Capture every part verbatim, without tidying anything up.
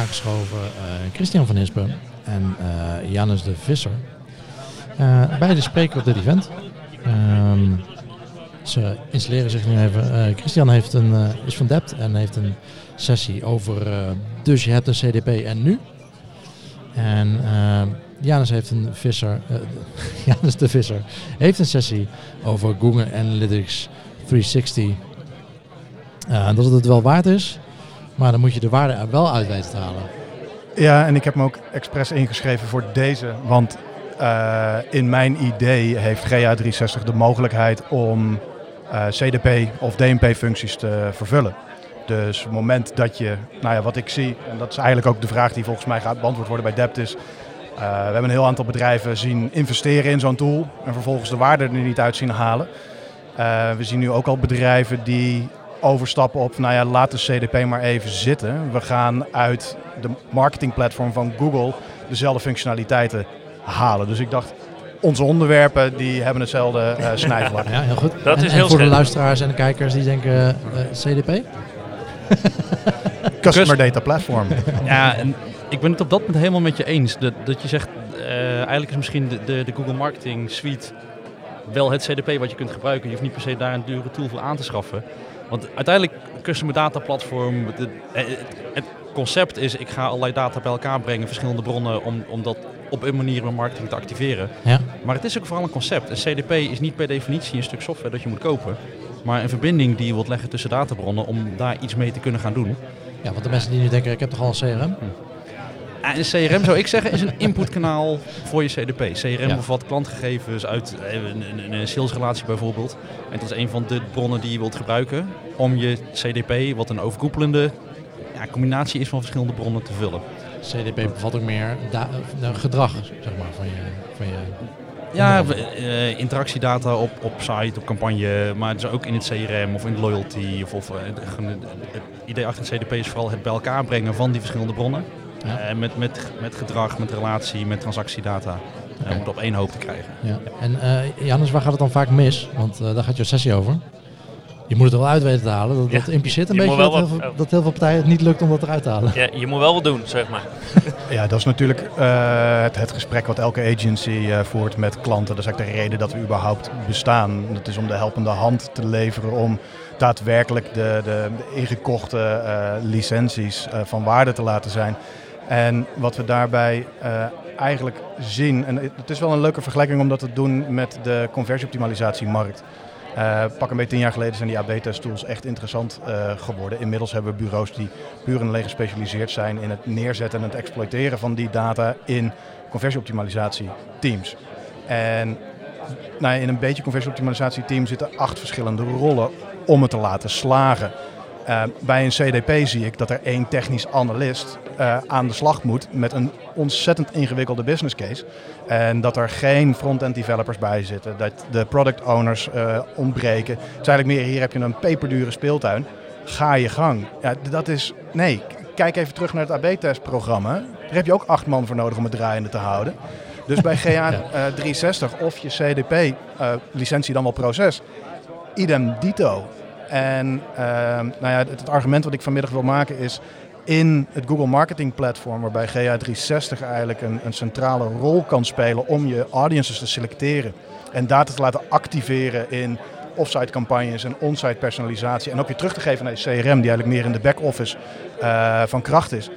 aangeschoven uh, Christian van Hispen en uh, Janus de Visser. Uh, beide spreken op dit event. Um, ze installeren zich nu even. Uh, Christian heeft een, uh, is van Dept en heeft een sessie over uh, dus je hebt een C D P en nu. En uh, Janus heeft een Visser, uh, Janus de Visser heeft een sessie over Google Analytics driehonderdzestig. Uh, dat het het wel waard is, maar dan moet je de waarde er wel uit weten te halen. Ja, en ik heb me ook expres ingeschreven voor deze, want uh, in mijn idee heeft G A driehonderdzestig de mogelijkheid om uh, C D P of D M P-functies te vervullen. Dus op het moment dat je, nou ja, wat ik zie, en dat is eigenlijk ook de vraag die volgens mij gaat beantwoord worden bij Dept is, uh, we hebben een heel aantal bedrijven zien investeren in zo'n tool en vervolgens de waarde er niet uit zien halen. Uh, we zien nu ook al bedrijven die overstappen op, nou ja, laat de C D P maar even zitten. We gaan uit de marketingplatform van Google dezelfde functionaliteiten halen. Dus ik dacht, onze onderwerpen die hebben hetzelfde uh, snijvlak. Ja, heel goed. Dat en, is en heel voor scherp. de luisteraars en de kijkers die denken uh, C D P? Customer Data Platform. Ja, en ik ben het op dat punt helemaal met je eens. Dat, dat je zegt, uh, eigenlijk is misschien de, de, de Google Marketing Suite wel het C D P wat je kunt gebruiken. Je hoeft niet per se daar een dure tool voor aan te schaffen. Want uiteindelijk, Customer Data Platform, het, het concept is, ik ga allerlei data bij elkaar brengen, verschillende bronnen, om, om dat op een manier mijn marketing te activeren. Ja. Maar het is ook vooral een concept. Een C D P is niet per definitie een stuk software dat je moet kopen, maar een verbinding die je wilt leggen tussen databronnen om daar iets mee te kunnen gaan doen. Ja, want de mensen die nu denken, ik heb toch al een C R M? Hm. En een C R M zou ik zeggen is een inputkanaal voor je C D P. C R M Ja. bevat klantgegevens uit een, een, een salesrelatie bijvoorbeeld. En dat is een van de bronnen die je wilt gebruiken om je C D P, wat een overkoepelende ja, combinatie is van verschillende bronnen, te vullen. C D P bevat ook meer da- uh, gedrag, zeg maar, van je... Van je Ja, uh, interactiedata op, op site, op campagne, maar dus ook in het C R M of in de loyalty. Of, of, uh, het idee achter het C D P is vooral het bij elkaar brengen van die verschillende bronnen. Ja. Uh, met, met, met gedrag, met relatie, met transactiedata. Uh, Okay. om het op één hoop te krijgen. Ja. En uh, Janus, waar gaat het dan vaak mis? Want uh, daar gaat jouw sessie over. Je moet het er wel uit weten te halen. Dat, Ja, dat impliceert een je beetje moet dat wel heel, wat- veel, dat heel veel partijen het niet lukt om dat eruit te halen. Ja, je moet wel wat doen, zeg maar. Ja, dat is natuurlijk uh, het, het gesprek wat elke agency uh, voert met klanten. Dat is eigenlijk de reden dat we überhaupt bestaan. Dat is om de helpende hand te leveren om daadwerkelijk de, de, de ingekochte uh, licenties uh, van waarde te laten zijn. En wat we daarbij uh, eigenlijk zien, en het is wel een leuke vergelijking om dat te doen met de conversieoptimalisatiemarkt. Uh, pak een beetje tien jaar geleden zijn die A B-test tools echt interessant uh, geworden. Inmiddels hebben we bureaus die puur en alleen gespecialiseerd zijn in het neerzetten en het exploiteren van die data in conversieoptimalisatie teams. En nou ja, in een beetje conversieoptimalisatie team zitten acht verschillende rollen om het te laten slagen. Uh, bij een C D P zie ik dat er één technisch analist uh, aan de slag moet met een ontzettend ingewikkelde business case. En dat er geen front-end developers bij zitten, dat de product owners uh, ontbreken. Het is eigenlijk meer, hier heb je een peperdure speeltuin, ga je gang. Ja, dat is, nee, kijk even terug naar het A B-testprogramma. Daar heb je ook acht man voor nodig om het draaiende te houden. Dus bij G A uh, driehonderdzestig of je C D P, uh, licentie dan wel proces, idem dito. En uh, nou ja, het, het argument wat ik vanmiddag wil maken is, in het Google Marketing Platform, waarbij G A driehonderdzestig eigenlijk een, een centrale rol kan spelen om je audiences te selecteren en data te laten activeren in offsite campagnes en onsite personalisatie en ook weer terug te geven naar de C R M, die eigenlijk meer in de back-office uh, van kracht is.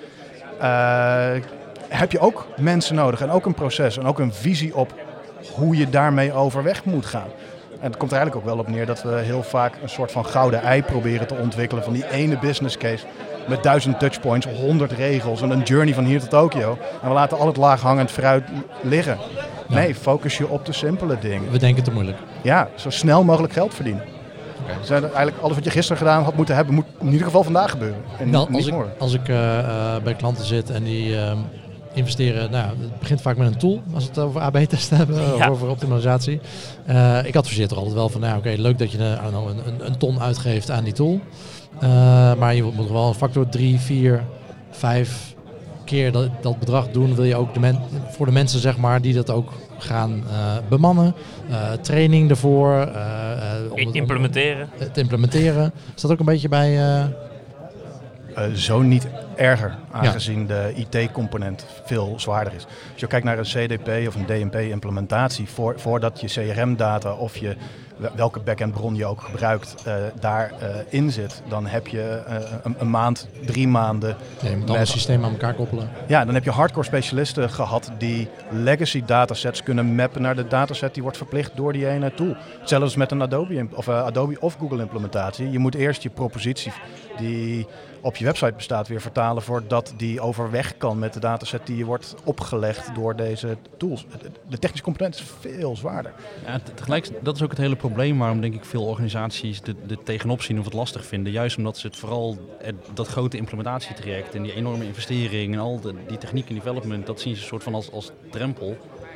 Uh, heb je ook mensen nodig en ook een proces en ook een visie op hoe je daarmee overweg moet gaan. En het komt er eigenlijk ook wel op neer dat we heel vaak een soort van gouden ei proberen te ontwikkelen van die ene business case met duizend touchpoints, honderd regels en een journey van hier tot Tokio. En we laten al het laaghangend fruit liggen. Nee, focus je op de simpele dingen. We denken te moeilijk. Ja, zo snel mogelijk geld verdienen. Okay. Dus eigenlijk alles wat je gisteren gedaan had moeten hebben, moet in ieder geval vandaag gebeuren. En Wel, niet als ik, morgen. als ik uh, uh, bij klanten zit en die uh, investeren, nou, het begint vaak met een tool, als we het over A B-testen hebben, ja. of over optimalisatie. Uh, ik adviseer er altijd wel van, nou, oké, okay, leuk dat je uh, know, een, een, een ton uitgeeft aan die tool. Uh, maar je moet wel een factor drie, vier, vijf keer dat, dat bedrag doen. Wil je ook de men, voor de mensen, zeg maar, die dat ook gaan uh, bemannen. Uh, training ervoor. Uh, uh, om het, implementeren. Om het implementeren. Is dat ook een beetje bij... Uh... Uh, zo niet erger. aangezien ja. de I T-component veel zwaarder is. Als je kijkt naar een C D P of een D M P-implementatie, voor, voordat je C R M-data of je welke back-end bron je ook gebruikt, uh, daarin uh, zit, dan heb je uh, een, een maand, drie maanden... Ja, je moet alle systemen aan elkaar koppelen. Ja, dan heb je hardcore specialisten gehad die legacy datasets kunnen mappen naar de dataset die wordt verplicht door die ene tool. Zelfs met een Adobe of, uh, Adobe of Google implementatie. Je moet eerst je propositie die op je website bestaat weer vertalen voordat die overweg kan met de dataset die je wordt opgelegd door deze tools. De technische component is veel zwaarder. Ja, tegelijk, dat is ook het hele probleem waarom denk ik veel organisaties er tegenop zien of het lastig vinden. Juist omdat ze het vooral het, dat grote implementatietraject en die enorme investering en al de, die techniek en development, dat zien ze een soort van als, als drempel.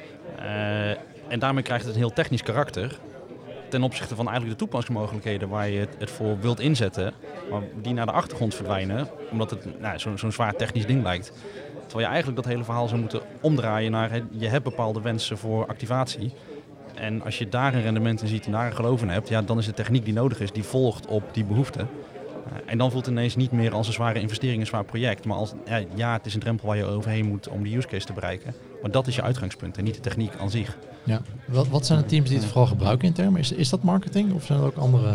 Uh, en daarmee krijgt het een heel technisch karakter. Ten opzichte van eigenlijk de toepassingsmogelijkheden waar je het, het voor wilt inzetten, maar die naar de achtergrond verdwijnen, omdat het nou, zo, zo'n zwaar technisch ding lijkt. Terwijl je eigenlijk dat hele verhaal zou moeten omdraaien naar, he, je hebt bepaalde wensen voor activatie. En als je daar een rendement in ziet en daar een geloof in hebt, ja, dan is de techniek die nodig is, die volgt op die behoeften. Uh, en dan voelt het ineens niet meer als een zware investering, een zwaar project, maar als, ja, ja, het is een drempel waar je overheen moet om die use case te bereiken. Maar dat is je uitgangspunt en niet de techniek aan zich. Ja. Wat, wat zijn de teams die het vooral gebruiken intern? Is, is dat marketing of zijn er ook andere...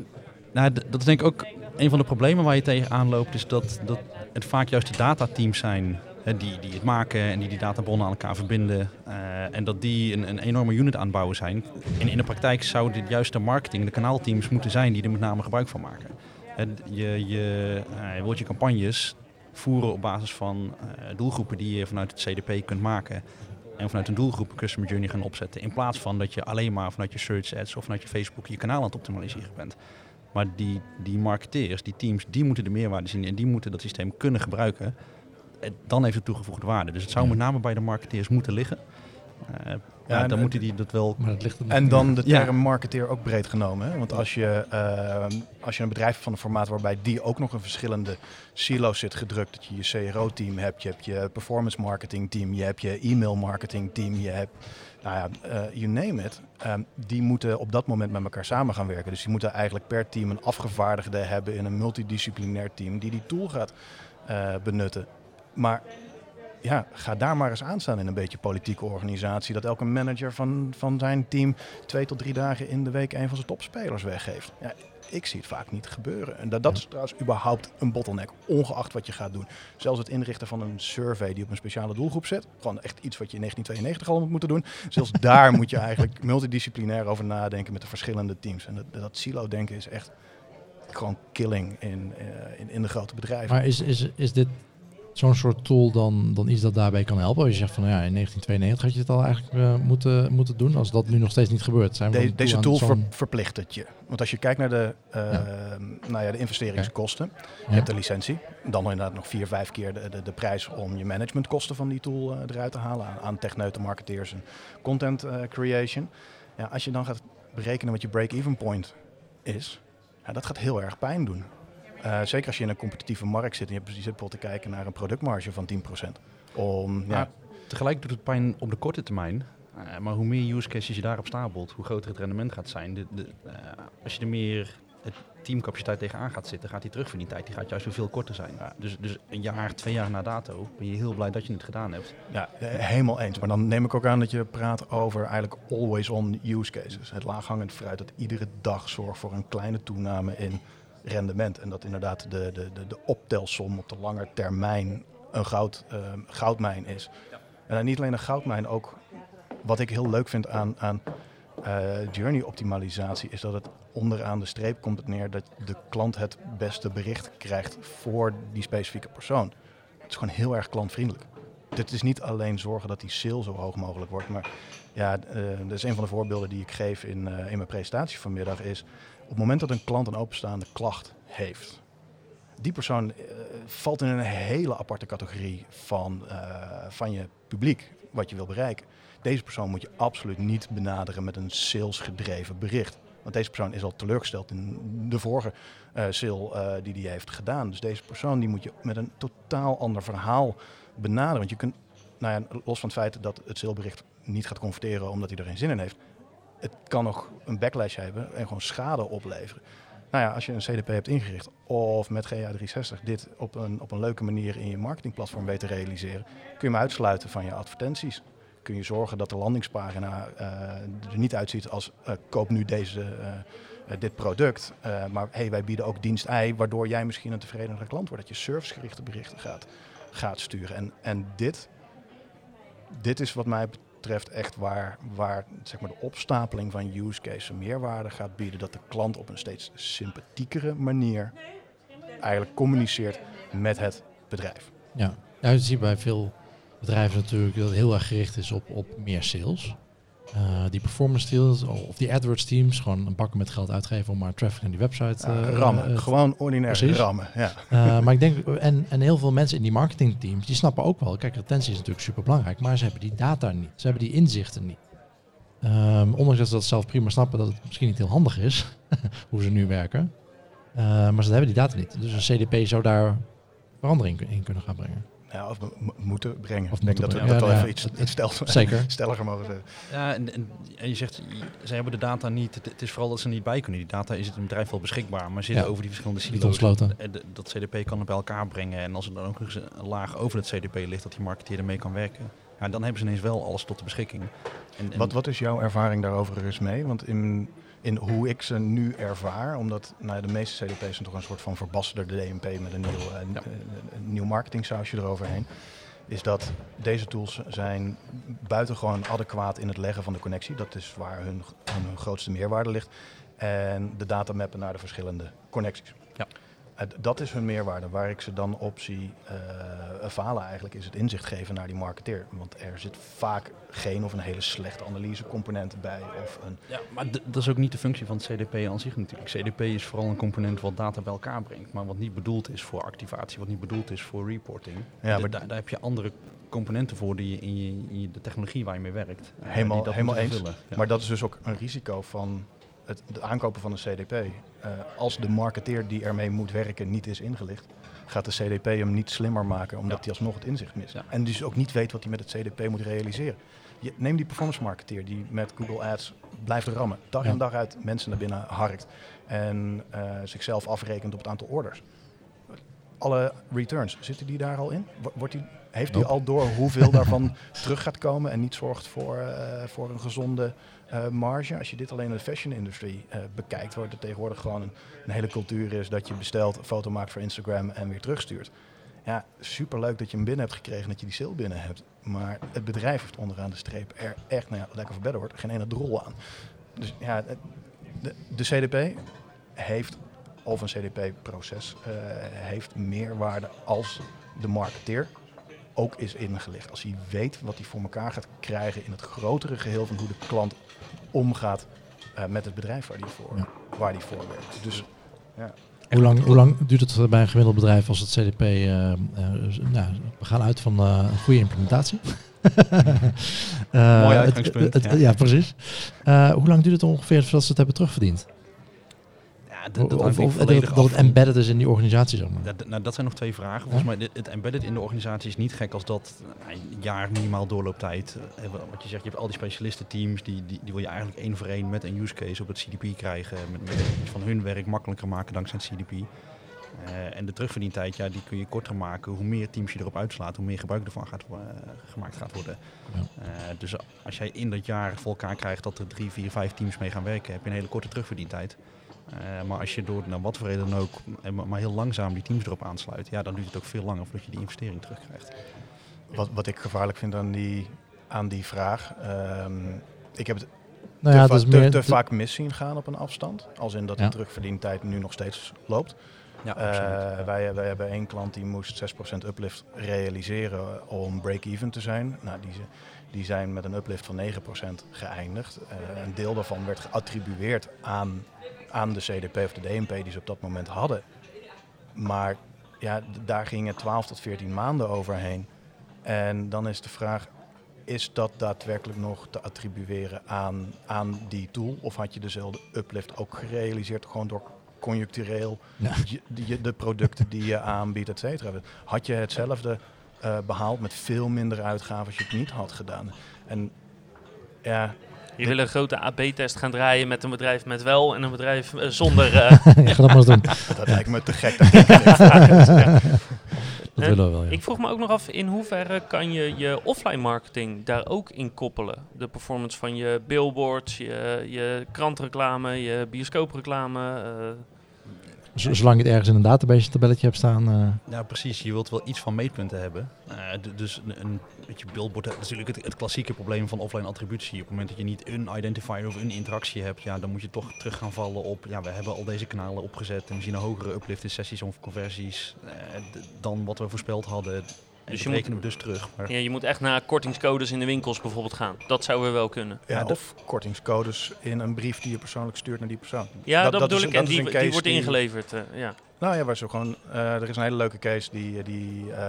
Nou, d- dat is denk ik ook een van de problemen waar je tegenaan loopt, is dat, dat het vaak juist de datateams zijn hè, die, die het maken en die die databronnen aan elkaar verbinden. Uh, en dat die een, een enorme unit aan het bouwen zijn. En in de praktijk zou dit juist de marketing, de kanaalteams moeten zijn die er met name gebruik van maken. Hè, je, je, uh, je wilt je campagnes voeren op basis van uh, doelgroepen die je vanuit het C D P kunt maken. En vanuit een doelgroep een customer journey gaan opzetten. In plaats van dat je alleen maar vanuit je search ads of vanuit je Facebook je kanaal aan het optimaliseren bent. Maar die, die marketeers, die teams, die moeten de meerwaarde zien en die moeten dat systeem kunnen gebruiken. En dan heeft het toegevoegde waarde. Dus het zou met name bij de marketeers moeten liggen. Uh, ja, ja, dan moeten die dat wel... Maar dat ligt er en dan de term ja. marketeer ook breed genomen. Hè? Want als je, uh, als je een bedrijf van een formaat waarbij die ook nog in verschillende silo's zit gedrukt. Dat je je C R O-team hebt, je hebt je performance marketing team, je hebt je e-mail marketing team, je hebt, nou ja, uh, you name it. Um, die moeten op dat moment met elkaar samen gaan werken. Dus die moeten eigenlijk per team een afgevaardigde hebben in een multidisciplinair team die die tool gaat uh, benutten. Maar ja, ga daar maar eens aan staan in een beetje politieke organisatie. Dat elke manager van, van zijn team twee tot drie dagen in de week een van zijn topspelers weggeeft. Ja, ik zie het vaak niet gebeuren. En dat, dat is trouwens überhaupt een bottleneck, ongeacht wat je gaat doen. Zelfs het inrichten van een survey die op een speciale doelgroep zit. Gewoon echt iets wat je in negentien tweeënnegentig al moet moeten doen. Zelfs daar moet je eigenlijk multidisciplinair over nadenken met de verschillende teams. En dat, dat silo-denken is echt gewoon killing in, uh, in, in de grote bedrijven. Maar is, is, is dit zo'n soort tool dan, dan iets dat daarbij kan helpen? Als je zegt van nou ja, in negentien tweeënnegentig had je het al eigenlijk uh, moeten, moeten doen. Als dat nu nog steeds niet gebeurt. Zijn we De, deze tool ver, verplicht het je. Want als je kijkt naar de, uh, ja. nou ja, de investeringskosten. Okay. Je ja. hebt de licentie. Dan inderdaad nog vier, vijf keer de, de, de prijs om je managementkosten van die tool uh, eruit te halen. Aan, aan techneuten, marketeers en content uh, creation. Ja, als je dan gaat berekenen wat je break-even point is. Ja, dat gaat heel erg pijn doen. Uh, zeker als je in een competitieve markt zit en je, je zit bijvoorbeeld te kijken naar een productmarge van tien procent. Om, ja. Ja, tegelijk doet het pijn op de korte termijn. Uh, maar hoe meer use cases je daarop stapelt, hoe groter het rendement gaat zijn. De, de, uh, als je er meer het teamcapaciteit tegenaan gaat zitten, gaat die terugverdientijd die gaat juist weer veel korter zijn. Ja, dus, dus een jaar, twee jaar na dato ben je heel blij dat je het gedaan hebt. Ja, helemaal eens. Maar dan neem ik ook aan dat je praat over eigenlijk always on use cases. Het laaghangend fruit dat iedere dag zorgt voor een kleine toename in rendement. En dat inderdaad de, de, de, de optelsom op de lange termijn een goud, uh, goudmijn is. Ja. En dan niet alleen een goudmijn, ook wat ik heel leuk vind aan, aan uh, journey optimalisatie is dat het onderaan de streep komt het neer dat de klant het beste bericht krijgt voor die specifieke persoon. Het is gewoon heel erg klantvriendelijk. Dit is niet alleen zorgen dat die sale zo hoog mogelijk wordt, maar ja, uh, dat is een van de voorbeelden die ik geef in, uh, in mijn presentatie vanmiddag is op het moment dat een klant een openstaande klacht heeft, die persoon uh, valt in een hele aparte categorie van, uh, van je publiek, wat je wil bereiken. Deze persoon moet je absoluut niet benaderen met een salesgedreven bericht. Want deze persoon is al teleurgesteld in de vorige uh, sale uh, die hij heeft gedaan. Dus deze persoon die moet je met een totaal ander verhaal benaderen. Want je kunt, nou ja, los van het feit dat het salebericht niet gaat converteren omdat hij er geen zin in heeft. Het kan nog een backlash hebben en gewoon schade opleveren. Nou ja, als je een C D P hebt ingericht of met G A driehonderdzestig dit op een, op een leuke manier in je marketingplatform weet te realiseren, kun je hem uitsluiten van je advertenties. Kun je zorgen dat de landingspagina uh, er niet uitziet als uh, koop nu deze, uh, uh, dit product. Uh, maar hey, wij bieden ook dienst I, waardoor jij misschien een tevredenere klant wordt. Dat je servicegerichte berichten gaat, gaat sturen. En, en dit, dit is wat mij betreft echt waar, waar zeg maar, de opstapeling van use case meerwaarde gaat bieden. Dat de klant op een steeds sympathiekere manier eigenlijk communiceert met het bedrijf. Ja, ja je ziet bij veel bedrijven natuurlijk dat het heel erg gericht is op, op meer sales. Uh, die performance deals of die AdWords teams gewoon een bakken met geld uitgeven om maar traffic naar die website uh, uh, rammen. Uh, gewoon ordinair precies. rammen. Ja. Uh, maar ik denk, en, en heel veel mensen in die marketingteams, die snappen ook wel, kijk, retentie is natuurlijk super belangrijk, maar ze hebben die data niet. Ze hebben die inzichten niet. Um, ondanks dat ze dat zelf prima snappen dat het misschien niet heel handig is, hoe ze nu werken. Uh, maar ze hebben die data niet. Dus een C D P zou daar verandering in kunnen gaan brengen. Ja, of m- moeten brengen. Of ik denk dat we brengen. dat Ja, wel ja, even iets, iets stel, zeker. stelliger mogen zeggen. Ja, en, en, en je zegt, ze hebben de data niet. Het, het is vooral dat ze er niet bij kunnen. Die data is het een bedrijf wel beschikbaar, maar zitten Ja. over die verschillende Niet silo's. ontsloten. En de- Dat C D P kan het bij elkaar brengen. En als er dan ook nog eens een laag over het C D P ligt, dat die marketeer ermee kan werken. Ja, dan hebben ze ineens wel alles tot de beschikking. En, en Wat, wat is jouw ervaring daarover eens mee? Want in, in hoe ik ze nu ervaar, omdat nou, de meeste C D P's zijn toch een soort van verbasterde D M P met een nieuw, uh, Ja. een, een nieuw marketingsausje eroverheen. Is dat deze tools zijn buitengewoon adequaat in het leggen van de connectie. Dat is waar hun, hun grootste meerwaarde ligt. En de data mappen naar de verschillende connecties. Ja. Uh, dat is hun meerwaarde. Waar ik ze dan op zie uh, falen eigenlijk is het inzicht geven naar die marketeer. Want er zit vaak geen of een hele slechte analysecomponent bij. Of een Ja, maar d- dat is ook niet de functie van het C D P aan zich natuurlijk. C D P is vooral een component wat data bij elkaar brengt. Maar wat niet bedoeld is voor activatie, wat niet bedoeld is voor reporting. Ja, D- maar daar, daar heb je andere componenten voor die je in, je, in je, de technologie waar je mee werkt. uh, Helemaal, die dat helemaal moeten eens. vervullen. Ja. Maar dat is dus ook een risico van het, het aankopen van een C D P. Uh, als de marketeer die ermee moet werken niet is ingelicht, gaat de C D P hem niet slimmer maken, omdat Ja. hij alsnog het inzicht mist. Ja. En dus ook niet weet wat hij met het C D P moet realiseren. Je, neem die performance marketeer die met Google Ads blijft rammen, dag Ja. in dag uit mensen naar binnen harkt en uh, zichzelf afrekent op het aantal orders. Alle returns, zitten die daar al in? Wo- Wordt die, heeft hij Nope. al door hoeveel daarvan terug gaat komen en niet zorgt voor, uh, voor een gezonde uh, marge? Als je dit alleen in de fashion industrie uh, bekijkt, waar er tegenwoordig gewoon een, een hele cultuur is dat je bestelt, een foto maakt voor Instagram en weer terugstuurt. Ja, superleuk dat je hem binnen hebt gekregen, dat je die sale binnen hebt. Maar het bedrijf heeft onderaan de streep er echt, nou ja, lekker voor better wordt, geen ene drol aan. Dus ja, de, de C D P heeft, of een C D P-proces, uh, heeft meerwaarde als de marketeer ook is ingelicht. Als hij weet wat hij voor elkaar gaat krijgen in het grotere geheel van hoe de klant omgaat uh, met het bedrijf waar hij voor, Ja. waar die voor werkt. Dus ja. Hoe lang, hoe lang duurt het bij een gemiddeld bedrijf als het C D P... Uh, uh, nou, we gaan uit van uh, een goede implementatie. uh, Mooi het- uitgangspunt, het- het- ja. ja, precies. Uh, hoe lang duurt het ongeveer voordat ze het hebben terugverdiend? Ja, dat, dat of hangt of niet dat, volledig dat af het van- embedded is in die organisatie, zeg maar. Dat, nou, dat zijn nog twee vragen. Volgens mij, dit- het embedded in de organisatie is niet gek als dat nou, een jaar minimaal doorlooptijd. Uh, wat je zegt, je hebt al die specialistenteams, die, die, die wil je eigenlijk één voor één met een use case op het C D P krijgen. Met, met iets van hun werk makkelijker maken dankzij het C D P. Uh, en de terugverdientijd, ja, die kun je korter maken. Hoe meer teams je erop uitslaat, hoe meer gebruik ervan gaat, uh, gemaakt gaat worden. Ja. Uh, dus als jij in dat jaar voor elkaar krijgt dat er drie, vier, vijf teams mee gaan werken, heb je een hele korte terugverdientijd. Uh, maar als je door nou, wat voor reden dan ook en maar, maar heel langzaam die teams erop aansluit, ja, dan duurt het ook veel langer voordat je die investering terugkrijgt. Wat, wat ik gevaarlijk vind aan die, aan die vraag. Um, ik heb het Nou te, ja, va- dat is te, meer... te vaak mis zien gaan op een afstand. Als in dat Ja. de terugverdientijd nu nog steeds loopt. Ja, Uh, absoluut. wij, wij hebben één klant die moest zes procent uplift realiseren om break-even te zijn. Nou, die, die zijn met een uplift van negen procent geëindigd. Uh, een deel daarvan werd geattribueerd aan, aan de C D P of de D M P die ze op dat moment hadden. Maar ja, d- daar gingen twaalf tot veertien maanden overheen. En dan is de vraag, is dat daadwerkelijk nog te attribueren aan, aan die tool? Of had je dezelfde uplift ook gerealiseerd gewoon door conjunctureel Ja. je, de, de producten die je aanbiedt, et cetera? Had je hetzelfde uh, behaald met veel minder uitgaven als je het niet had gedaan? En ja, Je wil een grote A B-test gaan draaien met een bedrijf met wel en een bedrijf uh, zonder... Uh... ja, ga dat maar eens doen. Dat lijkt me te gek. Dat ik ja. Dat uh, willen we wel, ja. Ik vroeg me ook nog af, in hoeverre kan je je offline marketing daar ook in koppelen? De performance van je billboards, je, je krantreclame, je bioscoopreclame... Uh... Z- zolang je het ergens in een database tabelletje hebt staan. Uh... Ja, precies. Je wilt wel iets van meetpunten hebben. Uh, d- dus een, een beetje billboard, dat is natuurlijk het, het klassieke probleem van offline attributie. Op het moment dat je niet een identifier of een interactie hebt, ja, dan moet je toch terug gaan vallen op, ja, we hebben al deze kanalen opgezet en we zien een hogere uplift in sessies of conversies uh, d- dan wat we voorspeld hadden. En Dus dat je rekenen we dus terug. Maar Ja, je moet echt naar kortingscodes in de winkels bijvoorbeeld gaan. Dat zou weer wel kunnen. Ja, Ja, of kortingscodes in een brief die je persoonlijk stuurt naar die persoon. Ja, dat, Dat- dat dat bedoel is- ik. dat En is die, een die case wordt die- ingeleverd. Uh, ja. Nou ja, waar ze gewoon, uh, er is een hele leuke case die, die uh,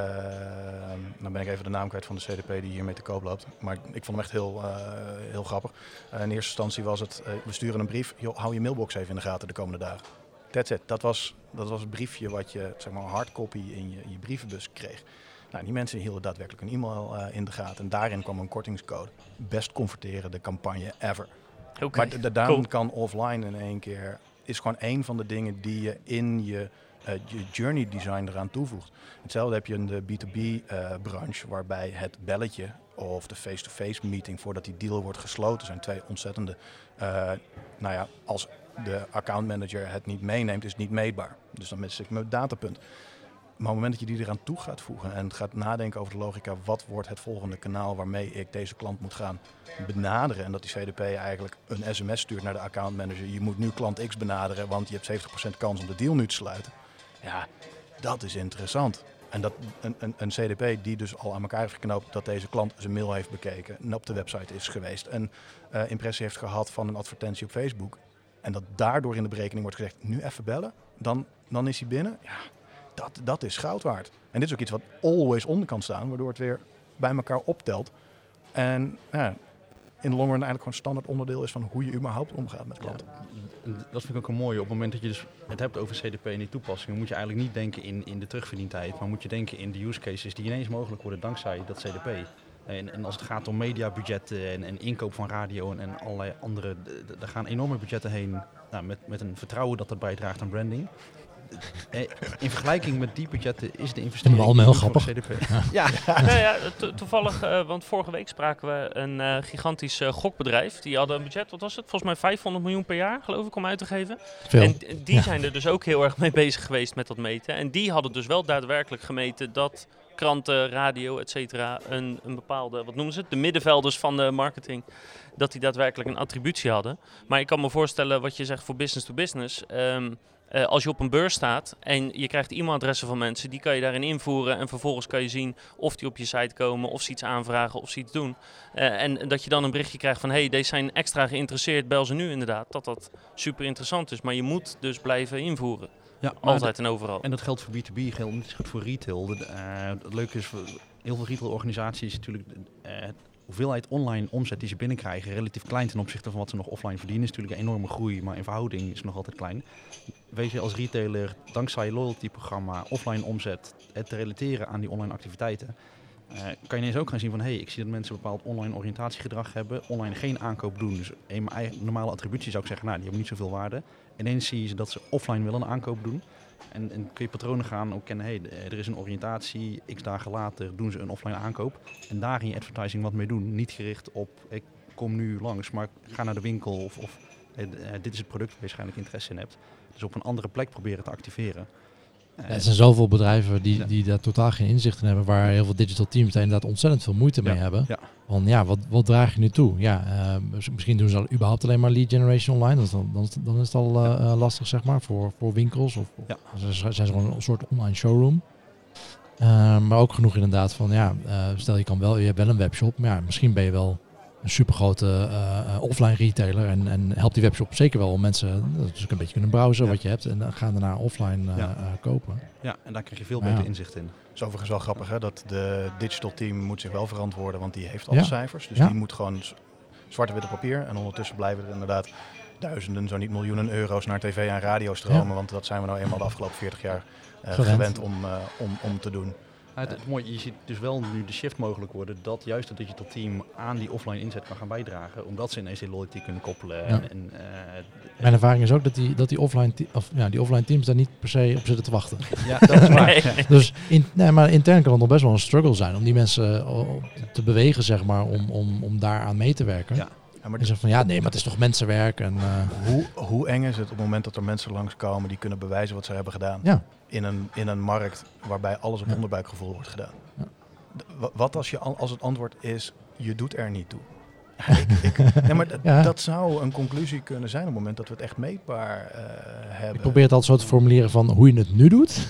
dan ben ik even de naam kwijt van de C D P die hiermee te koop loopt. Maar ik vond hem echt heel, uh, heel grappig. Uh, in eerste instantie was het, uh, we sturen een brief, joh, hou je mailbox even in de gaten de komende dagen. That's it. Dat was, dat was het briefje wat je, zeg maar, hardcopy in je, in je brievenbus kreeg. Nou, die mensen hielden daadwerkelijk een e-mail uh, in de gaten. En daarin kwam een kortingscode. Best converterende campagne ever. Oké, Maar d- daarom cool. kan offline in één keer, is gewoon één van de dingen die je in je, uh, je journey design eraan toevoegt. Hetzelfde heb je in de B twee B uh, branche, waarbij het belletje of de face-to-face meeting voordat die deal wordt gesloten zijn twee ontzettende, uh, nou ja, als de accountmanager het niet meeneemt, is het niet meetbaar. Dus dan mis ik mijn datapunt. Maar op het moment dat je die eraan toe gaat voegen en gaat nadenken over de logica, wat wordt het volgende kanaal waarmee ik deze klant moet gaan benaderen. En dat die C D P eigenlijk een sms stuurt naar de accountmanager. Je moet nu klant X benaderen, want je hebt zeventig procent kans om de deal nu te sluiten. Ja, dat is interessant. En dat een, een, een C D P die dus al aan elkaar heeft geknoopt dat deze klant zijn mail heeft bekeken en op de website is geweest en uh, impressie heeft gehad van een advertentie op Facebook. En dat daardoor in de berekening wordt gezegd, nu even bellen, dan, dan is hij binnen. Ja. Dat, dat is goud waard. En dit is ook iets wat always onder kan staan, waardoor het weer bij elkaar optelt. En ja, in de long run eigenlijk gewoon standaard onderdeel is van hoe je überhaupt omgaat met klanten. Ja, dat vind ik ook een mooie. Op het moment dat je dus het hebt over C D P en die toepassingen, moet je eigenlijk niet denken in, in de terugverdientijd, maar moet je denken in de use cases die ineens mogelijk worden dankzij dat C D P. En, en als het gaat om mediabudgetten en, en inkoop van radio en, en allerlei andere, daar gaan enorme budgetten heen, nou, met, met een vertrouwen dat dat bijdraagt aan branding. In vergelijking met die budgetten is de investering allemaal heel voor grappig. de C D P. Ja. Nou ja, to- toevallig, uh, want vorige week spraken we een uh, gigantisch uh, gokbedrijf. Die hadden een budget, wat was het? Volgens mij vijfhonderd miljoen per jaar, geloof ik, om uit te geven. Veel. En d- die Ja. zijn er dus ook heel erg mee bezig geweest met dat meten. En die hadden dus wel daadwerkelijk gemeten dat kranten, radio, et cetera, een, een bepaalde, wat noemen ze het, de middenvelders van de marketing, dat die daadwerkelijk een attributie hadden. Maar ik kan me voorstellen wat je zegt voor business to business. Um, Uh, als je op een beurs staat en je krijgt e-mailadressen van mensen, die kan je daarin invoeren en vervolgens kan je zien of die op je site komen, of ze iets aanvragen, of ze iets doen. Uh, en dat je dan een berichtje krijgt van, hey, deze zijn extra geïnteresseerd, bel ze nu inderdaad. Dat dat super interessant is, maar je moet dus blijven invoeren. Ja, Altijd en overal. En dat geldt voor B twee B, geldt niet goed voor retail. De, uh, het leuke is, voor heel veel retailorganisaties natuurlijk uh, de hoeveelheid online omzet die ze binnenkrijgen relatief klein ten opzichte van wat ze nog offline verdienen. Is natuurlijk een enorme groei, maar in verhouding is het nog altijd klein. Weet je als retailer, dankzij je loyalty-programma, offline omzet, het te relateren aan die online activiteiten, uh, kan je ineens ook gaan zien van, hé, hey, ik zie dat mensen een bepaald online oriëntatiegedrag hebben, online geen aankoop doen. Dus een eigen normale attributie zou ik zeggen, nou, die hebben niet zoveel waarde. Ineens zie je dat ze offline wel een aankoop doen. En, en kun je patronen gaan ook kennen, hé, hey, er is een oriëntatie, x dagen later doen ze een offline aankoop. En daar in je advertising wat mee doen. Niet gericht op, ik kom nu langs, maar ga naar de winkel of, of hey, dit is het product waar je waarschijnlijk interesse in hebt. Dus op een andere plek proberen te activeren. Ja, er zijn zoveel bedrijven die, die daar totaal geen inzicht in hebben, waar heel veel digital teams daar inderdaad ontzettend veel moeite mee ja, hebben. Ja. Want ja, wat, wat draag je nu toe? Ja, uh, misschien doen ze al überhaupt alleen maar lead generation online. Dus dan, dan, dan is het al uh, ja. lastig, zeg maar, voor, voor winkels. Of, ja. of zijn ze gewoon een soort online showroom. Uh, maar ook genoeg inderdaad van, ja, uh, stel je kan wel, je hebt wel een webshop, maar ja, misschien ben je wel een supergrote uh, uh, offline retailer en, en helpt die webshop zeker wel om mensen dus ook een beetje kunnen browsen ja. wat je hebt en dan gaan daarna offline uh, ja. uh, kopen. Ja, en daar krijg je veel maar beter ja. inzicht in. Het is overigens wel grappig hè, dat de digital team moet zich wel verantwoorden, want die heeft alle ja. cijfers. Dus ja. die moet gewoon zwart en wit op papier en ondertussen blijven er inderdaad duizenden, zo niet miljoenen euro's naar tv en radio stromen, ja. want dat zijn we nou eenmaal de afgelopen veertig jaar uh, gewend, gewend om, uh, om, om te doen. Het, het mooie, je ziet dus wel nu de shift mogelijk worden dat juist het digital team aan die offline inzet kan gaan bijdragen, omdat ze ineens die loyalty kunnen koppelen. Ja. En, en, uh, Mijn ervaring is ook dat die, dat die, offline, te- of, ja, die offline teams daar niet per se op zitten te wachten. ja, dat is waar. Nee. Ja. Dus in, nee, maar intern kan het nog best wel een struggle zijn om die mensen uh, te bewegen, zeg maar, om, om, om daaraan mee te werken. Ja. Ja, maar En zeggen van ja, nee, maar het is toch mensenwerk. En, uh, hoe, hoe eng is het op het moment dat er mensen langskomen die kunnen bewijzen wat ze hebben gedaan? ja. In een, in een markt waarbij alles op Ja. onderbuikgevoel wordt gedaan. Ja. D- wa- Wat als, je, al- als het antwoord is, je doet er niet toe? Ja, ik, ik, nee, maar d- Ja. dat zou een conclusie kunnen zijn op het moment dat we het echt meetbaar uh, hebben. Ik probeer het altijd zo te formuleren van hoe je het nu doet.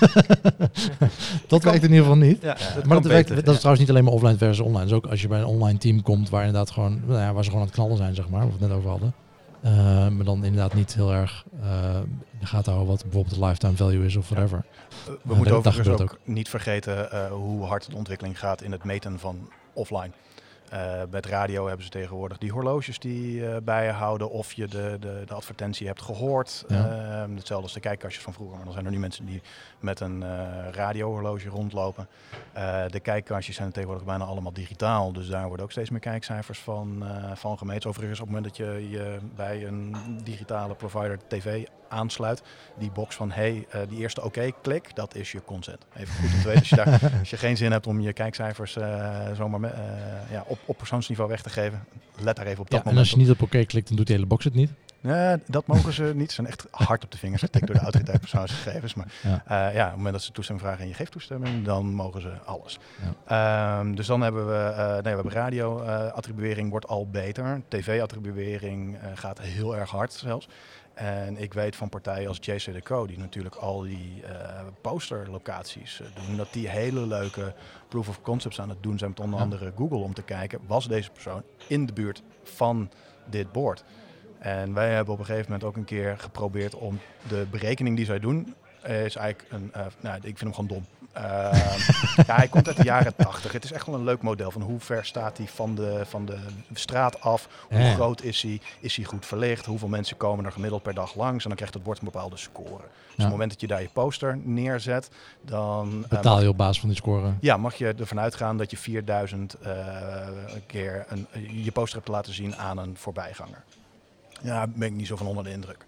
Dat werkt in ieder geval niet. Ja, dat Maar kan dat, werkt, beter, dat ja. is trouwens niet alleen maar offline versus online. Dus ook als je bij een online team komt waar inderdaad gewoon, nou ja, waar ze gewoon aan het knallen zijn, zeg maar, waar we het net over hadden. Uh, maar dan inderdaad niet heel erg uh, in de gaten houden wat bijvoorbeeld de lifetime value is of whatever. Uh, we Ja, moeten dat- dat overigens ook, gebeurt ook. niet vergeten uh, hoe hard de ontwikkeling gaat in het meten van offline. Uh, met radio hebben ze tegenwoordig die horloges die uh, bijhouden of je de, de, de advertentie hebt gehoord. Ja. Uh, hetzelfde als de kijkkastjes van vroeger, maar dan zijn er nu mensen die met een uh, radiohorloge rondlopen. Uh, de kijkkastjes zijn tegenwoordig bijna allemaal digitaal, dus daar worden ook steeds meer kijkcijfers van, uh, van gemeten. Overigens op het moment dat je je bij een digitale provider tv aansluit, die box van hey, uh, die eerste oké-klik, dat is je consent. Even goed om te weten, als je, daar, als je geen zin hebt om je kijkcijfers uh, zomaar me, uh, ja, op, op persoonsniveau weg te geven, let daar even op dat Ja, en moment als je niet op oké klikt, dan doet de hele box het niet. Nee, dat mogen ze niet. Ze zijn echt hard op de vingers getikt door de autoriteit persoonsgegevens. Maar Ja. uh, ja, op het moment dat ze toestemming vragen en je geeft toestemming, dan mogen ze alles. Ja. Um, dus dan hebben we, uh, nee, we hebben radio-attribuering uh, wordt al beter. T V-attribuering uh, gaat heel erg hard zelfs. En ik weet van partijen als J C Deco, die natuurlijk al die uh, posterlocaties uh, doen, dat die hele leuke proof of concepts aan het doen zijn met onder Ja. andere Google om te kijken, was deze persoon in de buurt van dit bord? En wij hebben op een gegeven moment ook een keer geprobeerd om de berekening die zij doen, is eigenlijk een, uh, nou, ik vind hem gewoon dom. Uh, ja, hij komt uit de jaren tachtig. Het is echt wel een leuk model van hoe ver staat hij van de, van de straat af, hoe Ja. groot is hij, is hij goed verlicht, hoeveel mensen komen er gemiddeld per dag langs en dan krijgt het bord een bepaalde score. Dus Ja. op het moment dat je daar je poster neerzet, dan uh, Betaal mag, je op basis van die score. ja, mag je ervan uitgaan dat je vierduizend uh, keer een, je poster hebt laten zien aan een voorbijganger. Ja, daar ben ik niet zo van onder de indruk.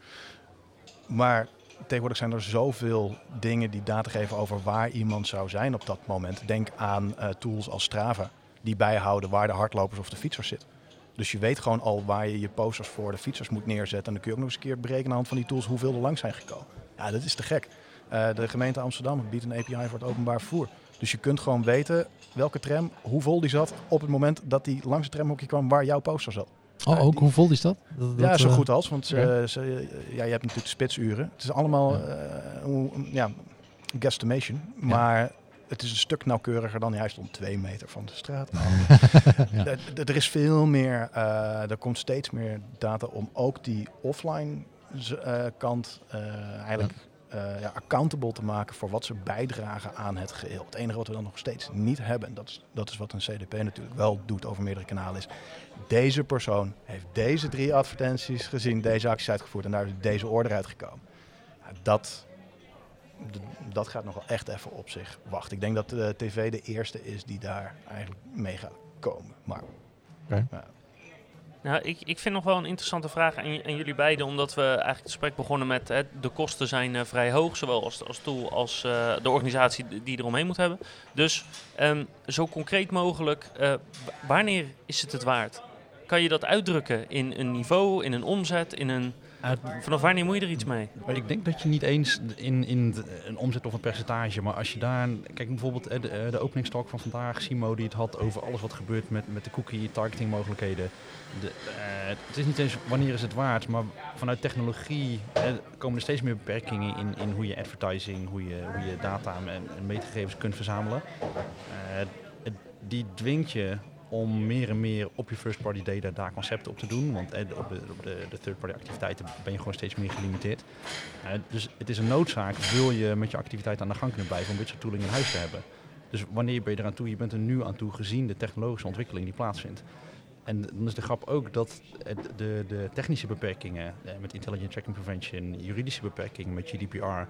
Maar tegenwoordig zijn er zoveel dingen die data geven over waar iemand zou zijn op dat moment. Denk aan uh, tools als Strava, die bijhouden waar de hardlopers of de fietsers zitten. Dus je weet gewoon al waar je je posters voor de fietsers moet neerzetten. En dan kun je ook nog eens een keer berekenen aan de hand van die tools hoeveel er langs zijn gekomen. Ja, dat is te gek. Uh, de gemeente Amsterdam biedt een A P I voor het openbaar vervoer. Dus je kunt gewoon weten welke tram, hoe vol die zat op het moment dat die langs het tramhokje kwam waar jouw poster zat. Oh, ook? Hoe vol is dat? dat Ja, dat, zo uh, goed als, want okay. uh, ze, ja, je hebt natuurlijk spitsuren. Het is allemaal uh, uh, ja, guesstimation, ja. Maar het is een stuk nauwkeuriger dan, ja, hij stond twee meter van de straat. ja. d- d- er is veel meer, uh, er komt steeds meer data om ook die offline uh, kant uh, eigenlijk ja. Uh, ja, accountable te maken voor wat ze bijdragen aan het geheel. Het enige wat we dan nog steeds niet hebben, en dat is, dat is wat een C D P natuurlijk wel doet over meerdere kanalen, is deze persoon heeft deze drie advertenties gezien, deze acties uitgevoerd en daar is deze order uitgekomen. Ja, dat, d- dat gaat nog wel echt even op zich wachten. Ik denk dat de tv de eerste is die daar eigenlijk mee gaat komen. Maar, okay. ja. Nou, ik, ik vind nog wel een interessante vraag aan, aan jullie beiden, omdat we eigenlijk het gesprek begonnen met hè, de kosten zijn uh, vrij hoog, zowel als, als tool als uh, de organisatie die eromheen moet hebben. Dus um, zo concreet mogelijk, uh, wanneer is het het waard? Kan je dat uitdrukken in een niveau, in een omzet, in een... Vanaf wanneer moet je er iets mee? Ik denk dat je niet eens in, in de, een omzet of een percentage, maar als je daar... Kijk bijvoorbeeld de, de openingstalk van vandaag, Simo die het had over alles wat gebeurt met, met de cookie targeting mogelijkheden. De, uh, het is niet eens wanneer is het waard, maar vanuit technologie uh, komen er steeds meer beperkingen in, in hoe je advertising, hoe je, hoe je data en, en meetgegevens kunt verzamelen. Uh, het, die dwingt je om meer en meer op je first party data daar concepten op te doen. Want eh, op, de, op de, de third party activiteiten ben je gewoon steeds meer gelimiteerd. Uh, dus het is een noodzaak, wil je met je activiteit aan de gang kunnen blijven om dit soort tooling in huis te hebben. Dus wanneer ben je eraan toe? Je bent er nu aan toe gezien de technologische ontwikkeling die plaatsvindt. En dan is de grap ook dat de, de technische beperkingen uh, met Intelligent Tracking Prevention, juridische beperkingen met G D P R,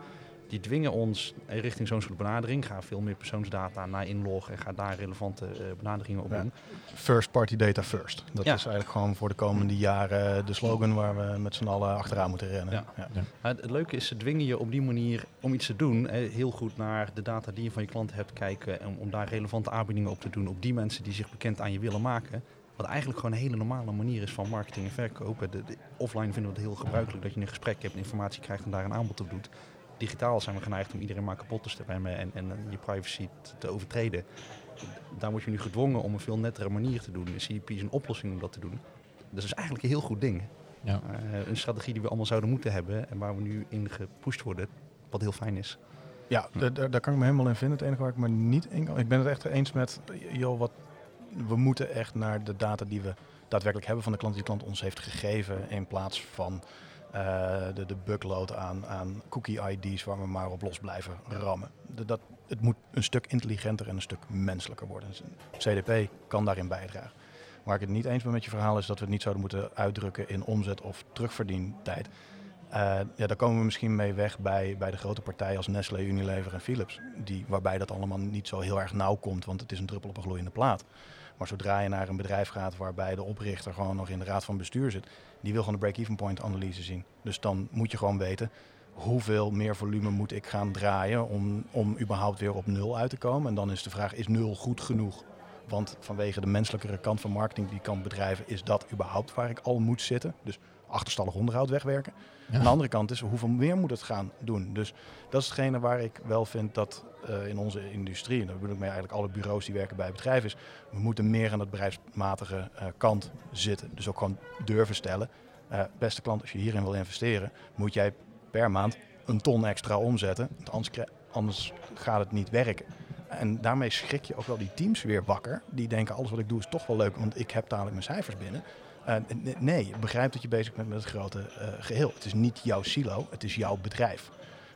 die dwingen ons richting zo'n soort benadering. Ga veel meer persoonsdata naar inlog en ga daar relevante uh, benaderingen op ja. doen. First party data first. Dat ja. is eigenlijk gewoon voor de komende jaren de slogan waar we met z'n allen achteraan moeten rennen. Ja. Ja. Ja. Het, het leuke is, ze dwingen je op die manier om iets te doen. Hè, heel goed naar de data die je van je klant hebt kijken. En om daar relevante aanbiedingen op te doen op die mensen die zich bekend aan je willen maken. Wat eigenlijk gewoon een hele normale manier is van marketing en verkopen. De, de, offline vinden we het heel gebruikelijk dat je een gesprek hebt, informatie krijgt en daar een aanbod op doet. Digitaal zijn we geneigd om iedereen maar kapot te spammen en, en je privacy te, te overtreden. Daar word je nu gedwongen om een veel nettere manier te doen. C D P is een oplossing om dat te doen. Dat is eigenlijk een heel goed ding. Ja. Uh, een strategie die we allemaal zouden moeten hebben en waar we nu in gepusht worden, wat heel fijn is. Ja, d- d- daar kan ik me helemaal in vinden. Het enige waar ik me niet in kan... Ik ben het echt eens met, joh, wat, we moeten echt naar de data die we daadwerkelijk hebben van de klant die de klant ons heeft gegeven, in plaats van uh, de, de bugload aan, aan cookie I D's waar we maar op los blijven rammen. De, dat, het moet een stuk intelligenter en een stuk menselijker worden. Dus C D P kan daarin bijdragen. Waar ik het niet eens ben met je verhaal is dat we het niet zouden moeten uitdrukken in omzet of terugverdientijd. Uh, ja, daar komen we misschien mee weg bij, bij de grote partijen als Nestlé, Unilever en Philips. Die, waarbij dat allemaal niet zo heel erg nauw komt, want het is een druppel op een gloeiende plaat. Maar zodra je naar een bedrijf gaat waarbij de oprichter gewoon nog in de raad van bestuur zit, die wil gewoon de break-even point analyse zien. Dus dan moet je gewoon weten, hoeveel meer volume moet ik gaan draaien om, om überhaupt weer op nul uit te komen. En dan is de vraag, is nul goed genoeg? Want vanwege de menselijkere kant van marketing die kan bedrijven, is dat überhaupt waar ik al moet zitten? Dus achterstallig onderhoud wegwerken. Ja. Aan de andere kant is, hoeveel meer moet het gaan doen? Dus dat is hetgene waar ik wel vind dat uh, in onze industrie, en daar bedoel ik mee eigenlijk alle bureaus die werken bij bedrijven, is, we moeten meer aan de bedrijfsmatige uh, kant zitten. Dus ook gewoon durven stellen. Uh, beste klant, als je hierin wil investeren, moet jij per maand een ton extra omzetten. Anders, anders gaat het niet werken. En daarmee schrik je ook wel die teams weer wakker. Die denken, alles wat ik doe is toch wel leuk, want ik heb dadelijk mijn cijfers binnen. Uh, nee, begrijp dat je bezig bent met het grote uh, geheel. Het is niet jouw silo, het is jouw bedrijf.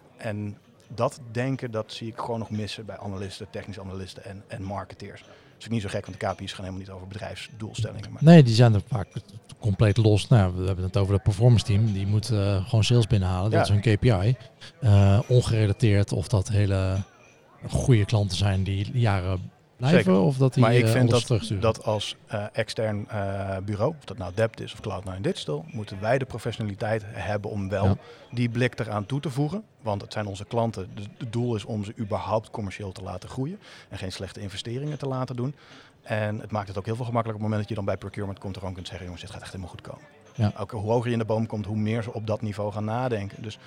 En dat denken, dat zie ik gewoon nog missen bij analisten, technische analisten en, en marketeers. Dat is niet zo gek, want de K P I's gaan helemaal niet over bedrijfsdoelstellingen. Maar nee, die zijn er vaak compleet los. Nou, we hebben het over het performance team. Die moet uh, gewoon sales binnenhalen. Dat ja. is hun K P I. Uh, ongerelateerd of dat hele goede klanten zijn die jaren blijven. Zeker. Of dat die maar ik uh, vind dat, terugsturen. dat als uh, extern uh, bureau, of dat nou Dept is of Cloud nine Digital, moeten wij de professionaliteit hebben om wel ja. die blik eraan toe te voegen. Want het zijn onze klanten. Dus het doel is om ze überhaupt commercieel te laten groeien en geen slechte investeringen te laten doen. En het maakt het ook heel veel gemakkelijker op het moment dat je dan bij procurement komt er gewoon kunt zeggen, jongens, dit gaat echt helemaal goed komen. Ja. Ook hoe hoger je in de boom komt, hoe meer ze op dat niveau gaan nadenken. Dus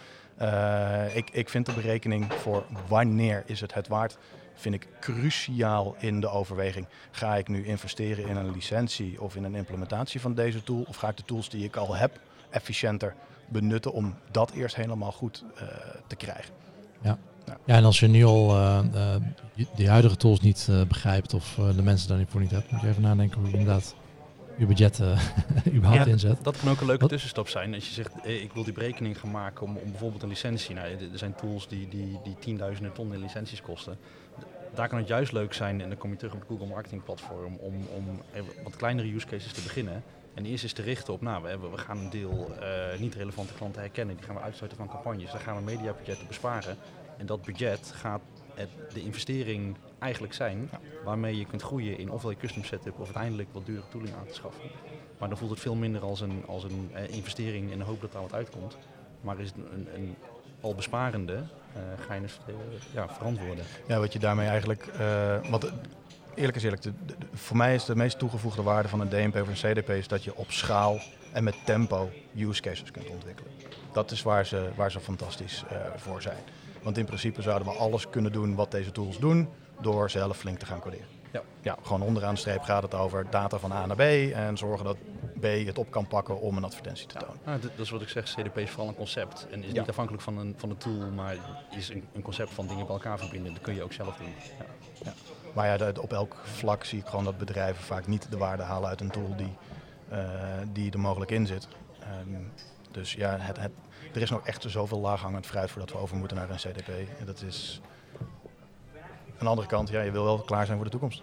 uh, ik, ik vind de berekening voor wanneer is het het waard, vind ik cruciaal in de overweging. Ga ik nu investeren in een licentie of in een implementatie van deze tool? Of ga ik de tools die ik al heb efficiënter benutten om dat eerst helemaal goed uh, te krijgen? Ja. Ja. ja, en als je nu al uh, uh, die huidige tools niet uh, begrijpt of uh, de mensen daar niet voor niet hebt, moet je even nadenken hoe je inderdaad je budget uh, überhaupt ja, inzet. Dat kan ook een leuke Wat? tussenstap zijn. Als je zegt, hey, ik wil die berekening gaan maken om, om bijvoorbeeld een licentie. Nou, er zijn tools die, die, die tienduizenden ton in licenties kosten. Daar kan het juist leuk zijn, en dan kom je terug op het Google Marketing Platform, om, om wat kleinere use cases te beginnen. En eerst eens te richten op, nou, we, hebben, we gaan een deel uh, niet relevante klanten herkennen. Die gaan we uitsluiten van campagnes. Daar gaan we mediabudgetten besparen. En dat budget gaat het, de investering eigenlijk zijn, ja. waarmee je kunt groeien in ofwel je custom setup of uiteindelijk wat dure tooling aan te schaffen. Maar dan voelt het veel minder als een, als een uh, investering in de hoop dat daar wat uitkomt. Maar is het een, een al besparende, uh, ga je dus uh, ja, verantwoorden. Ja, wat je daarmee eigenlijk, uh, wat eerlijk is eerlijk, de, de, de, voor mij is de meest toegevoegde waarde van een D M P of een C D P is dat je op schaal en met tempo use cases kunt ontwikkelen. Dat is waar ze, waar ze fantastisch uh, voor zijn. Want in principe zouden we alles kunnen doen wat deze tools doen, door zelf flink te gaan coderen. Ja. Ja, gewoon onderaan de streep gaat het over data van A naar B en zorgen dat B het op kan pakken om een advertentie te tonen. Ja, nou, dat is wat ik zeg, C D P is vooral een concept. En is ja. niet afhankelijk van een, van een tool, maar is een, een concept van dingen bij elkaar verbinden. Dat kun je ook zelf doen. Ja. Ja. Maar ja, de, op elk vlak zie ik gewoon dat bedrijven vaak niet de waarde halen uit een tool die, uh, die er mogelijk in zit. Um, dus ja, het, het, er is nog echt zoveel laaghangend fruit voordat we over moeten naar een C D P. En dat is aan de andere kant, ja, je wil wel klaar zijn voor de toekomst.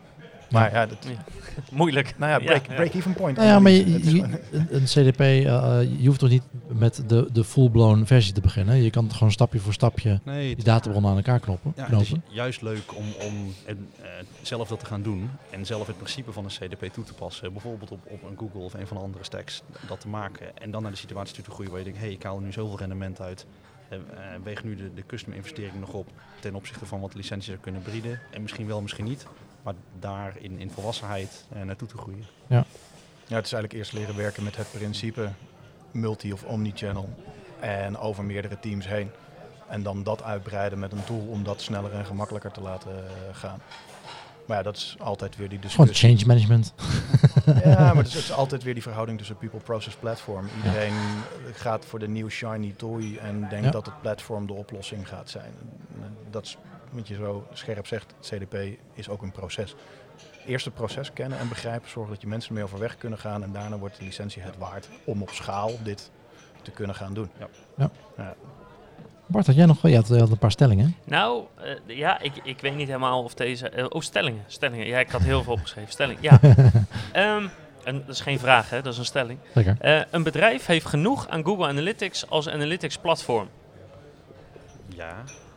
Maar ja, dat, Moeilijk. nou ja, break, Ja, ja. break-even point. Nou ja, maar je, Het is je- gewoon- een, een C D P, uh, je hoeft toch niet met de, de full-blown versie te beginnen. Je kan het gewoon stapje voor stapje Nee, die het, databronnen aan elkaar knoppen, ja, het is knopen. juist leuk om, om en, eh, zelf dat te gaan doen en zelf het principe van een C D P toe te passen. Bijvoorbeeld op, op een Google of een van de andere stacks dat te maken. En dan naar de situatie toe te groeien waar je denkt, hé, hey, ik haal er nu zoveel rendement uit. Uh, uh, weeg nu de, de custom investering nog op ten opzichte van wat licenties er kunnen bieden. En misschien wel, misschien niet. Maar daar in, in volwassenheid uh, naartoe te groeien. Ja, het is eigenlijk eerst leren werken met het principe multi- of omnichannel en over meerdere teams heen. En dan dat uitbreiden met een tool om dat sneller en gemakkelijker te laten uh, gaan. Maar ja, dat is altijd weer die Gewoon discussie. change management. Ja, maar het is, het is altijd weer die verhouding tussen people, process, platform. Iedereen gaat voor de nieuwe shiny toy en denkt Ja. dat het platform de oplossing gaat zijn. Dat is, wat je zo scherp zegt, C D P is ook een proces. Eerst het proces kennen en begrijpen, zorgen dat je mensen ermee overweg kunnen gaan en daarna wordt de licentie het waard om op schaal dit te kunnen gaan doen. Ja. Ja. Ja. Bart, had jij nog je had, je had een paar stellingen? Nou, uh, ja, ik, ik weet niet helemaal of deze... Uh, oh, stellingen. Stellingen. Ja, ik had heel veel opgeschreven. Stelling, ja. um, en dat is geen vraag, hè, dat is een stelling. Zeker. Uh, een bedrijf heeft genoeg aan Google Analytics als Analytics platform. Ja,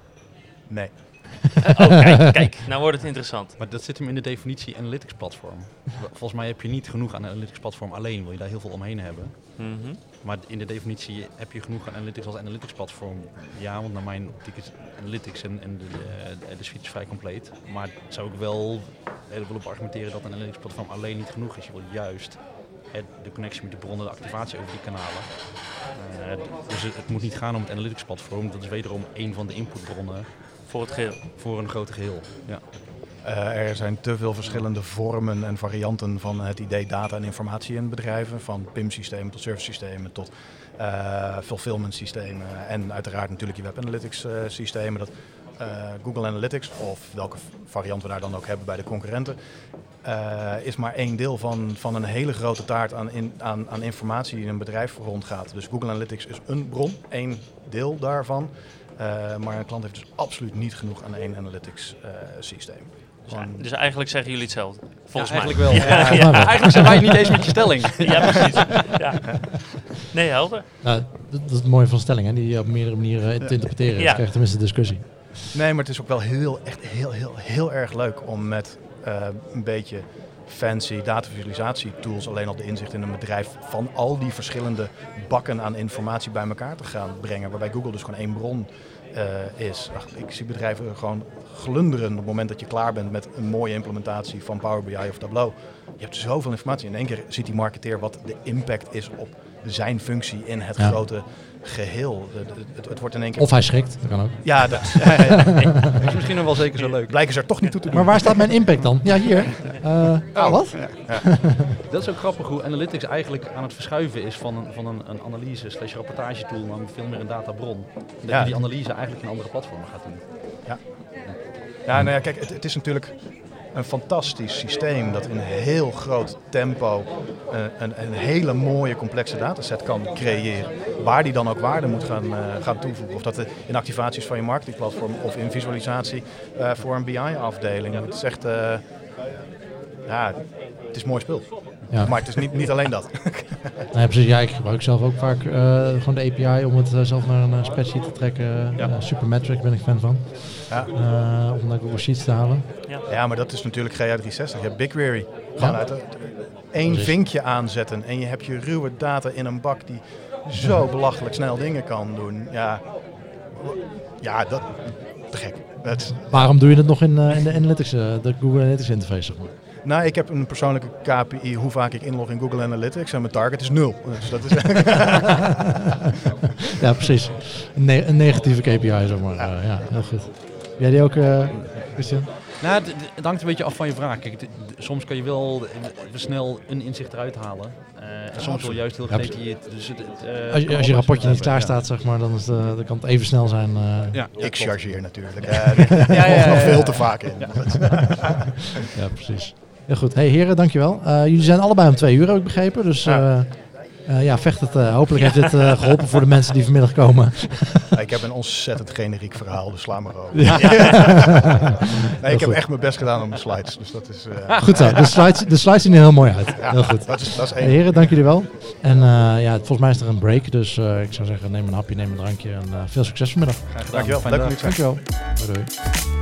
Nee. Oh, kijk, kijk, nou wordt het interessant. maar dat zit hem in de definitie analytics platform. Volgens mij heb je niet genoeg aan een analytics platform alleen, wil je daar heel veel omheen hebben. Mm-hmm. Maar in de definitie heb je genoeg aan analytics als analytics platform. Ja, want naar mijn optiek is analytics en, en de, de, de suite is vrij compleet. Maar zou ik wel heel veel op argumenteren dat een analytics platform alleen niet genoeg is. Je wil juist het, de connectie met die bronnen, de activatie over die kanalen. Uh, dus het, het moet niet gaan om het analytics platform. Dat is wederom één van de inputbronnen Voor het geheel. voor een grote geheel. Ja. Uh, er zijn te veel verschillende vormen en varianten van het idee data en informatie in bedrijven. Van P I M-systemen tot service systemen tot uh, fulfillment systemen. En uiteraard natuurlijk je web analytics uh, systemen. Dat, uh, Google Analytics, of welke variant we daar dan ook hebben bij de concurrenten, uh, is maar één deel van, van een hele grote taart aan, in, aan, aan informatie die in een bedrijf rondgaat. Dus Google Analytics is een bron, één deel daarvan. Uh, maar een klant heeft dus absoluut niet genoeg aan één analytics uh, systeem. Dus, dus eigenlijk zeggen jullie hetzelfde. Volgens Ja, mij. eigenlijk wel. Ja, Ja, ja. Eigenlijk zijn wij niet eens met je stelling. Ja, precies. Ja. Nee, helder. Nou, dat, dat is het mooie van stellingen, die op meerdere manieren te interpreteren. Ja. Dus krijg je tenminste discussie. Nee, maar het is ook wel heel, echt heel, heel, heel erg leuk om met uh, een beetje fancy datavisualisatietools alleen al de inzicht in een bedrijf van al die verschillende bakken aan informatie bij elkaar te gaan brengen. Waarbij Google dus gewoon één bron uh, is. Ach, ik zie bedrijven gewoon glunderen op het moment dat je klaar bent met een mooie implementatie van Power B I of Tableau. Je hebt zoveel informatie. In één keer ziet die marketeer wat de impact is op zijn functie in het Ja. grote geheel. Het, het, het wordt in één keer... Of hij schrikt, dat kan ook. Ja, dat, ja, ja, ja. Dat is misschien nog wel zeker zo leuk. Blijken ze er toch niet toe te doen. Maar waar staat mijn impact dan? Ja, hier. Uh, Oh, wat? Dat is ook grappig hoe analytics eigenlijk aan het verschuiven is van een, van een, een analyse slash rapportagetool naar veel meer een databron. Dat Ja. je die analyse eigenlijk in andere platformen gaat doen. Ja, nou ja, kijk, het, het is natuurlijk een fantastisch systeem dat in een heel groot tempo uh, een, een hele mooie complexe dataset kan creëren. Waar die dan ook waarde moet gaan, uh, gaan toevoegen. Of dat uh, in activaties van je marketingplatform of in visualisatie uh, voor een B I-afdeling. Het is echt, uh, ja, het is mooi spul. Ja. Maar het is niet, niet alleen dat. Nee, precies. Ja, ik gebruik zelf ook vaak uh, gewoon de A P I om het uh, zelf naar een uh, spreadsheet te trekken. Ja. Uh, Supermetric ben ik fan van. Ja. Uh, om naar Google Sheets te halen. Ja. Ja, maar dat is natuurlijk G A driehonderdzestig. Je hebt BigQuery. Gewoon Ja. uit de- één Precies. vinkje aanzetten en je hebt je ruwe data in een bak die zo belachelijk snel dingen kan doen. Ja, ja dat te gek. Dat is- Waarom doe je het nog in, uh, in de Analytics, uh, de Google Analytics interface? Zeg maar? nou, ik heb een persoonlijke K P I hoe vaak ik inlog in Google Analytics en mijn target is nul. Dus dat is Ja, precies. Een, ne- een negatieve K P I, zeg maar. Ja, uh, ja heel goed. Jij die ook, uh, Christian? Nou, het, het hangt een beetje af van je vraag. Kijk, d- d- soms kan je wel uh, snel een inzicht eruit halen. Uh, en soms wel juist heel Ja, gedetailleerd. Dus het, het, uh, Als je, kan als je wel rapportje niet hebben, klaar ja. staat, zeg maar, dan, is de, dan kan het even snel zijn. Uh, Ja, ja, ik klopt. chargeer natuurlijk. Ja, ik ja, ja, nog ja. veel te vaak in. ja, precies. Heel goed. Hey heren, dankjewel. Uh, jullie zijn allebei om twee uur, heb ik begrepen. Dus uh, Ja. Uh, ja, vecht het. Uh, hopelijk heeft dit uh, geholpen voor de mensen die vanmiddag komen. Ja, ik heb een ontzettend generiek verhaal, dus sla maar over. Ja. Nee, ik heb echt mijn best gedaan op mijn slides. Dus dat is, uh... Goed zo, de slides, de slides zien er heel mooi uit. Ja, heel goed. Dat is, dat is één. Heren, dank jullie wel. En uh, ja, volgens mij is er een break, dus uh, ik zou zeggen neem een hapje, neem een drankje en uh, veel succes vanmiddag. Dankjewel, leuk om je te zijn. Dankjewel. Doei doei.